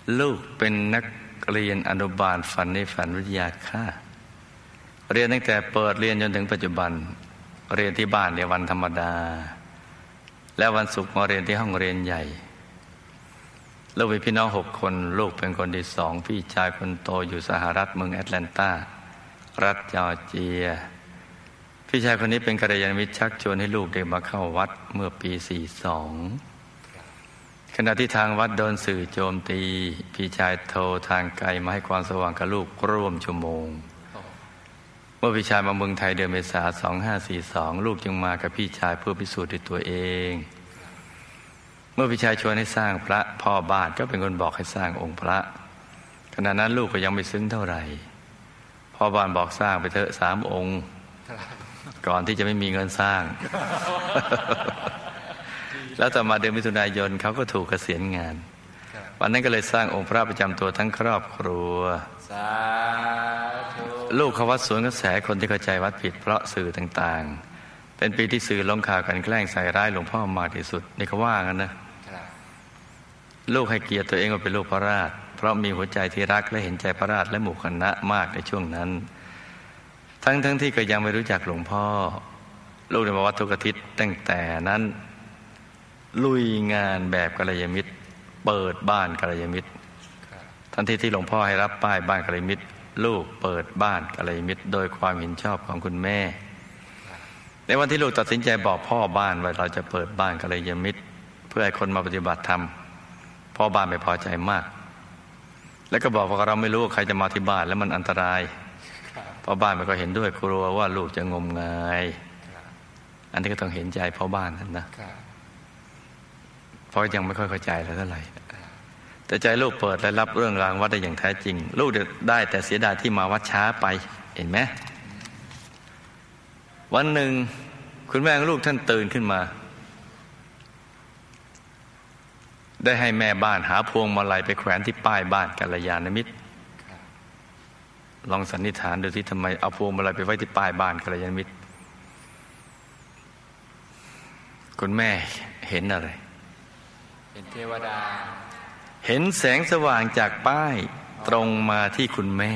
ลูกเป็นนักเรียนอนุบาลฝันในฝันวิทยาค่ะเรียนตั้งแต่เปิดเรียนจนถึงปัจจุบันเรียนที่บ้านในวันธรรมดาและวันศุกร์มาเรียนที่ห้องเรียนใหญ่ลูกมีพี่น้อง6 คนลูกเป็นคนที่2พี่ชายคนโตอยู่สหรัฐเมืองแอตแลนตารัฐจอร์เจียพี่ชายคนนี้เป็นกัลยาณมิตรชักชวนให้ลูกได้มาเข้าวัดเมื่อปี42ขณะที่ทางวัดโดนสื่อโจมตีพี่ชายโทรทางไกลมาให้ความสว่างกับลูกร่วมชั่วโมงเมื่อพี่ชายมาเมืองไทยเดือนเมษายน2542ลูกจึงมากับพี่ชายเพื่อพิสูจน์ด้วยตัวเองเมื่อพี่ชายชวนให้สร้างพระพ่อบ้านก็เป็นคนบอกให้สร้างองค์พระขณะนั้นลูกก็ยังไม่ซึ้งเท่าไหร่พ่อบ้านบอกสร้างไปเถอะ3 องค์ก่อนที่จะไม่มีเงินสร้าง แล้วต่อมาเดือนมิถุนายนเขาก็ถูกเกษียณงานวันนั้นก็เลยสร้างองค์พระประจำตัวทั้งครอบครัวลูกเขาวัดสวนกระแสคนที่เข้าใจวัดผิดเพราะสื่อต่างๆเป็นปีที่สื่อลงข่าวกันแกล้งใส่ร้ายหลวงพ่อมากที่สุดนี่เขาว่ากันนะลูกให้เกียรติตัวเองว่าเป็นลูกพระราชเพราะมีหัวใจที่รักและเห็นใจพระราชและหมู่คณะมากในช่วงนั้นทั้งที่ก็ยังไม่รู้จักหลวงพ่อลูกได้มาวัดทุกอาทิตย์ตั้งแต่นั้นลุยงานแบบกัลยาณมิตรเปิดบ้านกัลยาณมิตรทันทีที่หลวงพ่อให้รับป้ายบ้านกัลยาณมิตรลูกเปิดบ้านกัลยาณมิตรโดยความเห็นชอบของคุณแม่ในวันที่ลูกตัดสินใจบอกพ่อบ้านว่าเราจะเปิดบ้านกัลยาณมิตรเพื่อให้คนมาปฏิบัติธรรมพ่อบ้านไม่พอใจมากแล้วก็บอกว่าเราไม่รู้ว่าใครจะมาที่บ้านแล้วมันอันตรายพ่อบ้านมันก็เห็นด้วยกลัวว่าลูกจะงมงายอันนี้ก็ต้องเห็นใจพ่อบ้านนั่นนะเพราะยังไม่ค่อยเข้าใจเท่าไหร่แต่ใจลูกเปิดและรับเรื่องราววัดได้อย่างแท้จริงลูกได้แต่เสียดายที่มาวัดช้าไปเห็นไหมวันหนึ่งคุณแม่ของลูกท่านตื่นขึ้นมาได้ให้แม่บ้านหาพวงมาลัยไปแขวนที่ป้ายบ้านกัลยาณมิตรลองสันนิษฐานดูที่ทำไมเอาพวงมาลัยไปไว้ที่ป้ายบ้านกัลยาณมิตรคุณแม่เห็นอะไรเห็นเทวดาเห็นแสงสว่างจากป้ายตรงมาที่คุณแม่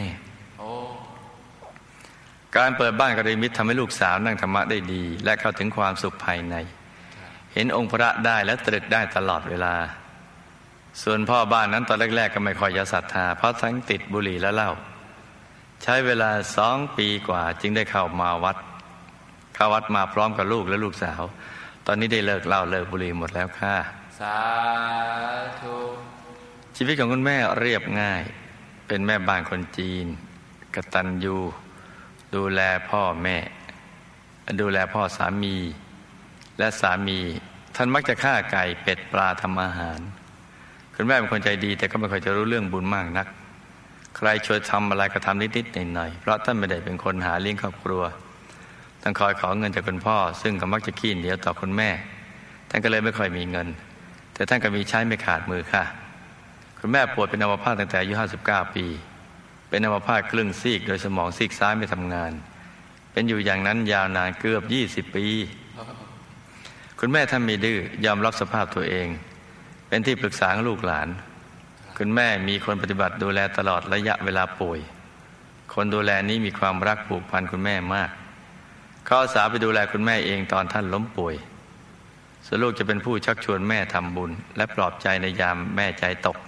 การเปิดบ้านกัลยาณมิตรทำให้ลูกสาวนั่งธรรมะได้ดีและเข้าถึงความสุขภายในเห็นองค์พระได้และตรึกได้ตลอดเวลาส่วนพ่อบ้านนั้นตอนแรกๆก็ไม่ค่อยจะศรัทธาเพราะทั้งติดบุหรี่และเหล้าใช้เวลา2 ปีกว่าจึงได้เข้าวัดมาพร้อมกับลูกและลูกสาวตอนนี้ได้เลิกเหล้าเลิกบุหรี่หมดแล้วค่ะสาธุชีวิตของคุณแม่เรียบง่ายเป็นแม่บ้านคนจีนกตัญญูดูแลพ่อแม่ดูแลพ่อสามีและสามีท่านมักจะฆ่าไก่เป็ดปลาทำอาหารคุณแม่เป็นคนใจดีแต่ก็ไม่ค่อยจะรู้เรื่องบุญมากนักใครช่วยทำอะไรก็ทำนิดๆหน่อยๆเพราะท่านไม่ได้เป็นคนหาเลี้ยงครอบครัวต้องคอยขอเงินจากคุณพ่อซึ่งก็มักจะขี้เหนียวต่อคุณแม่ท่านก็เลยไม่ค่อยมีเงินแต่ท่านก็มีใช้ไม่ขาดมือค่ะคุณแม่ป่วยเป็นอัมพาตตั้งแต่อายุ59 ปีเป็นอัมพาตครึ่งซีกโดยสมองซีกซ้ายไม่ทำงานเป็นอยู่อย่างนั้นยาวนานเกือบ20 ปีคุณแม่ท่านมีดื้อยอมรับสภาพตัวเองเป็นที่ปรึกษาของลูกหลานคุณแม่มีคนปฏิบัติดูแลตลอดระยะเวลาป่วยคนดูแลนี้มีความรักผูกพันคุณแม่มากเขาอาสาไปดูแลคุณแม่เองตอนท่านล้มป่วยส่วนลูกจะเป็นผู้ชักชวนแม่ทำบุญและปลอบใจในยามแม่ใจตก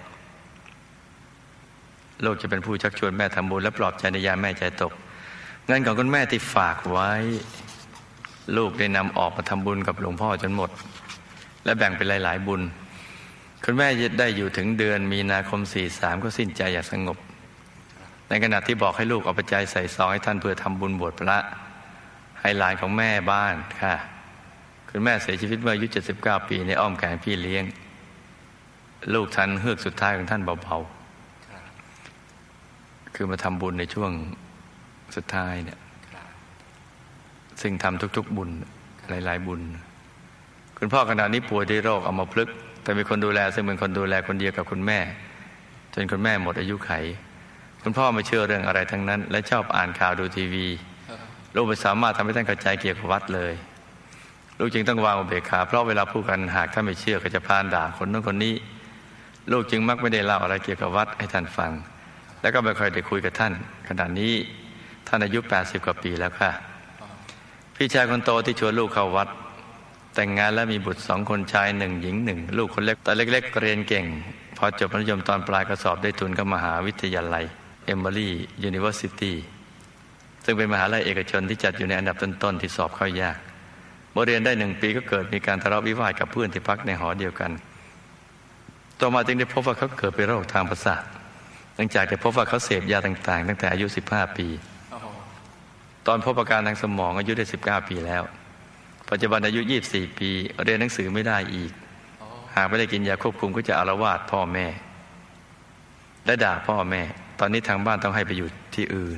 ลูกจะเป็นผู้ชักชวนแม่ทำบุญและปลอบใจในยามแม่ใจตกเงินของคุณแม่ที่ฝากไว้ลูกได้นำออกมาทำบุญกับหลวงพ่อจนหมดและแบ่งเป็นหลายๆบุญคุณแม่ได้อยู่ถึงเดือนมีนาคม43ก็สิ้นใจอย่างสงบในขณะที่บอกให้ลูกเอาปัจจัยใส่ซองให้ท่านเพื่อทำบุญบวชพระให้หลานของแม่บ้านค่ะคุณแม่เสียชีวิตเมื่ออายุ79 ปีในอ้อมแขนพี่เลี้ยงลูกทันเฮือกสุดท้ายของท่านเบาๆคือมาทำบุญในช่วงสุดท้ายเนี่ยซึ่งทำทุกๆบุญหลายๆบุญคุณพ่อขณะนี้ป่วยด้วยโรคอัมพฤกษ์แต่มีคนดูแลซึ่งเป็นคนดูแลคนเดียวกับคุณแม่จนคุณแม่หมดอายุไขคุณพ่อไม่เชื่อเรื่องอะไรทั้งนั้นและชอบอ่านข่าวดูทีวีลูกไม่สามารถทำให้ท่านเข้าใจเกี่ยวกับวัดเลยลูกจึงต้องวางอุเบกขาเพราะเวลาพูดกันหากท่านไม่เชื่อก็จะพานด่าคนนั้นคนนี้ลูกจึงมักไม่ได้เล่าอะไรเกี่ยวกับวัดให้ท่านฟังแล้วก็ไม่ค่อยได้คุยกับท่านขณะนี้ท่านอายุ80 กว่าปีแล้วค่ะพี่ชายคนโตที่ชวนลูกเข้าวัดแต่งงานแล้วมีบุตร2 คนชาย1 หญิง 1ลูกคนเล็กตอนเล็กๆเรียนเก่งพอจบมัธยมตอนปลายก็สอบได้ทุนเข้ามหาวิทยาลัยเอมเบอรี่ยูนิเวอร์ซิตี้ซึ่งเป็นมหาลัยเอกชนที่จัดอยู่ในอันดับต้นๆที่สอบเข้ายากเมื่อเรียนได้1 ปีก็เกิดมีการทะเลาะวิวาทกับเพื่อนที่พักในหอเดียวกันต่อมาจึงได้พบว่าเขาเกิดเป็นโรคทางประสาทหลังจากได้พบว่าเขาเสพยาต่างๆตั้งแต่อายุ15 ปีตอนพบอาการทางสมองอายุได้19 ปีแล้วปัจจุบันอายุ24 ปีเรียนหนังสือไม่ได้อีกหากไม่ได้กินยาควบคุมก็จะอาละวาดพ่อแม่และด่าพ่อแม่ตอนนี้ทางบ้านต้องให้ไปอยู่ที่อื่น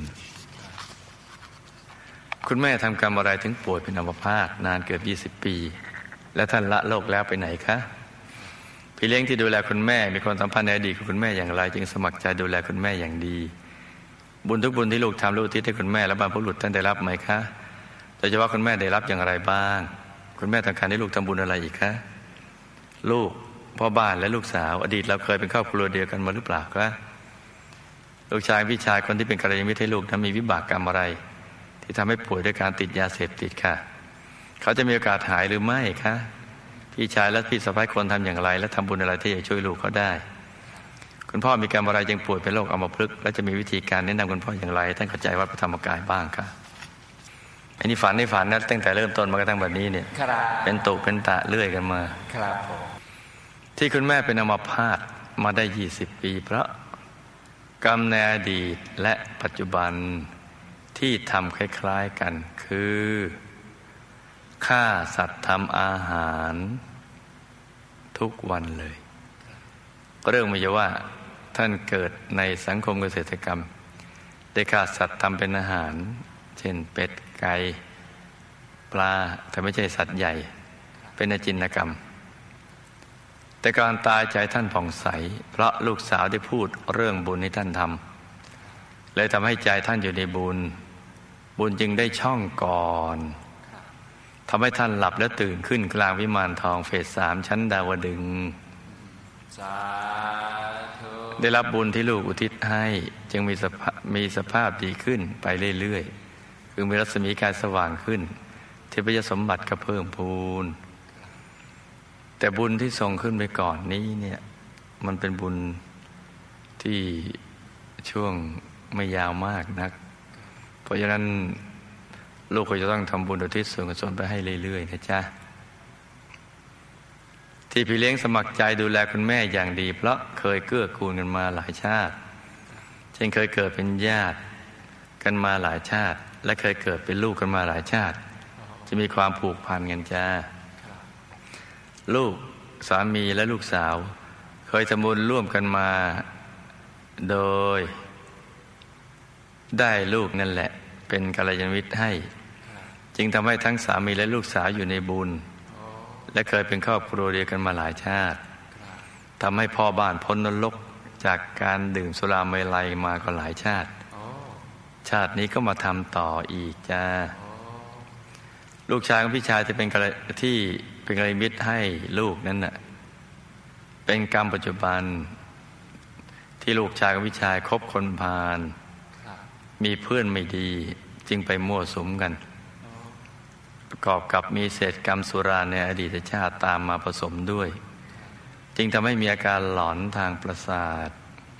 คุณแม่ทำกรรมอะไรถึงป่วยเป็นอัมพาตนานเกือบ20 ปีแล้วท่านละโลกแล้วไปไหนคะพี่เลี้ยงที่ดูแลคุณแม่มีความสัมพันธ์ในอดีตกับคุณแม่อย่างไรจึงสมัครใจดูแลคุณแม่อย่างดีบุญทุกบุญที่ลูกทำลูกที่ให้คุณแม่และบรรพบุรุษท่านได้รับไหมคะโดยเฉพาะคุณแม่ได้รับอย่างไรบ้างคุณแม่ต้องการให้ลูกทำบุญอะไรอีกคะลูกพ่อบ้านและลูกสาวอดีตเราเคยเป็นครอบครัวเดียวกันมาหรือเปล่าคะลูกชายพี่ชายคนที่เป็นกัลยาณมิตรให้ลูกนั้นมีวิบากกรรมอะไรที่ทำให้ป่วยด้วยการติดยาเสพติดค่ะเขาจะมีโอกาสหายหรือไม่คะพี่ชายและพี่สะใภ้ควรทำอย่างไรและทำบุญอะไรที่จะช่วยลูกเขาได้คุณพ่อมีกรรมอะไรจึงป่วยเป็นโรคอัมพฤกษ์และจะมีวิธีการแนะนำคุณพ่ออย่างไรท่านเข้าใจวัดพระธรรมกายบ้างค่ะอันนี้ฝันนะตั้งแต่เริ่มต้นมากระทั่งแบบนี้เนี่ยเป็นตุเป็นตะเรื่อยกันมาครับผมที่คุณแม่เป็นอัมพาตมาได้20 ปีเพราะกรรมในอดีตและปัจจุบันที่ทำคล้ายๆกันคือฆ่าสัตว์ทำอาหารทุกวันเลยเรื่องไม่ใช่ว่าท่านเกิดในสังคมเกษตรกรรมได้ฆ่าสัตว์ทำเป็นอาหารเช่นเป็ดไก่ปลาแต่ไม่ใช่สัตว์ใหญ่เป็นอจินกรรมแต่การตายใจท่านผ่องใสเพราะลูกสาวได้พูดเรื่องบุญที่ท่านทำเลยทำให้ใจท่านอยู่ในบุญจึงได้ช่องก่อนทำให้ท่านหลับและตื่นขึ้นกลางวิมานทองเฟส 3ชั้นดาวดึงส์ได้รับบุญที่ลูกอุทิศให้จึงมีสภาพดีขึ้นไปเรื่อยๆคือมีรัศมีการสว่างขึ้นเทพยสมบัติก็เพิ่มพูนแต่บุญที่ส่งขึ้นไปก่อนนี้เนี่ยมันเป็นบุญที่ช่วงไม่ยาวมากนักเพราะฉะนั้นลูกก็จะต้องทำบุญอุทิศส่วนกุศลไปให้เรื่อยๆนะจ๊ะที่พี่เลี้ยงสมัครใจดูแลคุณแม่อย่างดีเพราะเคยเกื้อกูลกันมาหลายชาติเช่นเคยเกิดเป็นญาติกันมาหลายชาติและเคยเกิดเป็นลูกกันมาหลายชาติจะมีความผูกพันกันจ้าลูกสามีและลูกสาวเคยทำบุญร่วมกันมาโดยได้ลูกนั่นแหละเป็นกัลยาณมิตรให้จึงทำให้ทั้งสามีและลูกสาวอยู่ในบุญและเคยเป็นครอบครัวเดียวกันมาหลายชาติทำให้พ่อบ้านพ้นนรกจากการดื่มสุราเมลัยมาก็หลายชาติชาตินี้ก็มาทำต่ออีกจ้าลูกชายของพี่ชายที่เป็นกัลยาณมิตรให้ลูกนั้นน่ะเป็นกรรมปัจจุบันที่ลูกชายของพี่ชายคบคนพาลมีเพื่อนไม่ดีจึงไปมั่วสุมกันประกอบกับมีเศษกรรมสุราในอดีตชาติตามมาผสมด้วยจึงทำให้มีอาการหลอนทางประสาท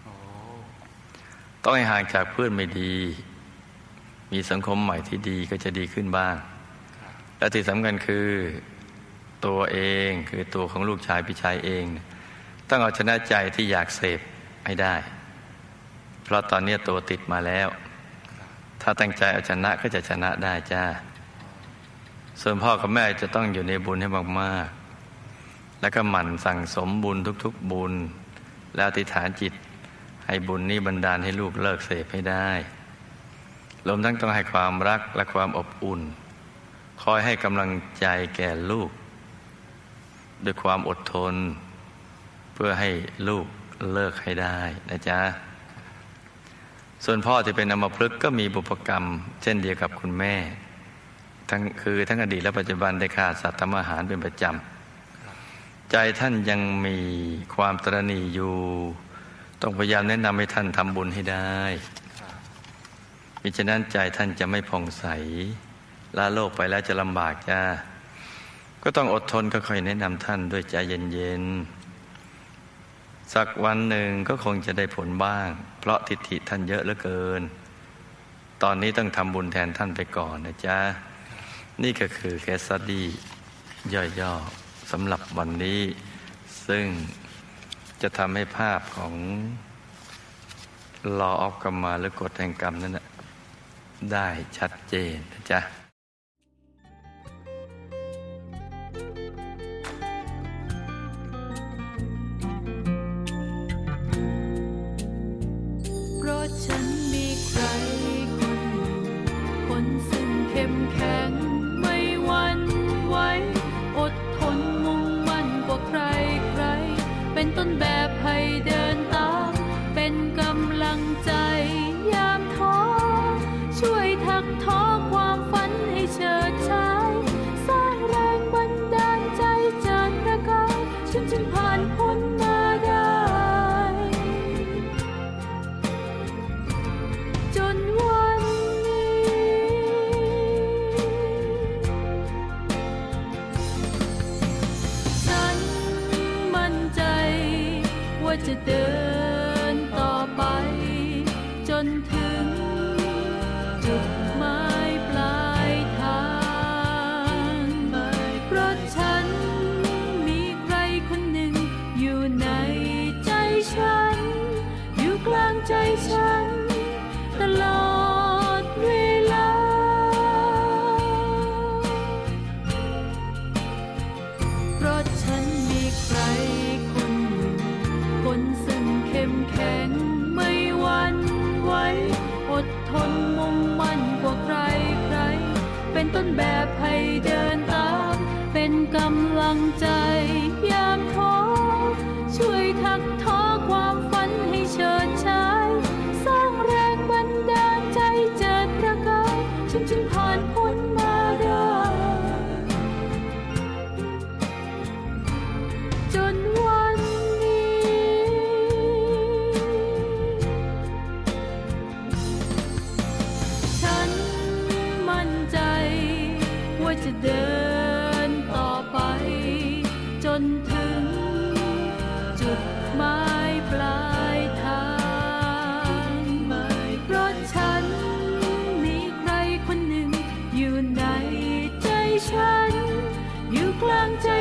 ต้องให้ห่างจากเพื่อนไม่ดีมีสังคมใหม่ที่ดีก็จะดีขึ้นบ้างและที่สำคัญคือตัวเองคือตัวของลูกชายพี่ชายเองต้องเอาชนะใจที่อยากเสพให้ได้เพราะตอนนี้ตัวติดมาแล้วถ้าตั้งใจเอาชนะก็จะชนะได้จ้าส่วนพ่อกับแม่จะต้องอยู่ในบุญให้มากๆแล้วก็หมั่นสั่งสมบุญทุกๆบุญแล้วอธิษฐานจิตให้บุญนี้บันดาลให้ลูกเลิกเสพให้ได้รวมทั้งต้องให้ความรักและความอบอุ่นคอยให้กำลังใจแก่ลูกด้วยความอดทนเพื่อให้ลูกเลิกให้ได้นะจ๊ะส่วนพ่อที่เป็นอัมพฤกษ์ก็มีบุพกรรมเช่นเดียวกับคุณแม่ทั้งอดีตและปัจจุบันได้ฆ่าสัตว์ทำอาหารเป็นประจำใจท่านยังมีความตระหนี่อยู่ ต้องพยายามแนะนำให้ท่านทำบุญให้ได้มิฉะนั้นใจท่านจะไม่ผ่องใสละโลกไปแล้วจะลำบากจ้าก็ต้องอดทนค่อยๆแนะนำท่านด้วยใจเย็นๆสักวันหนึ่งก็คงจะได้ผลบ้างเพราะทิฏฐิท่านเยอะเหลือเกินตอนนี้ต้องทำบุญแทนท่านไปก่อนนะจ๊ะนี่ก็คือเคสสตั๊ดดี้ย่อๆสำหรับวันนี้ซึ่งจะทำให้ภาพของ Law of Karma หรือกฎแห่งกรรมนั้นนะได้ชัดเจนนะจ๊ะเพราะฉันมีใครคนซึ่งเข้มแข็งไม่หวั่นไหวอดทนมุ่งมั่นกว่าใครเป็นต้นแบบให้เดินตามเป็นกำลังใจยามท้อช่วยทักท้อความฝันให้เฉิดฉายสร้างแรงบันดาลใจเจิดประกายฉันจึงผ่านพ้นมาได้จนวันฉันมั่นใจว่าจะเดินต่อไปจนถึงจุดหมายปลายทางเพราะฉันมีใครคนหนึ่งอยู่ในใจฉันอยู่กลางใจฉันตลอดเวลาเพราะฉันมีใครคนหนึ่งคนซึ่งเข้มแข็งไม่หวั่นไหวอดทนมุ่งมั่นกว่าใครเป็นต้นแบบให้เดินตามเป็นกำลังใจยามท้อช่วยทักท้อความฝันให้เฉิดฉายสร้างแรงบันดาลใจเจิดประกายฉันจึงผ่านพ้นมาได้จนวันฉันมั่นใจว่าจะเดินต่อไปจนถึงจุดหมายปลายทางเพราะฉันมีใครคนหนึ่งอยู่ในใจฉันอยู่กลางใจ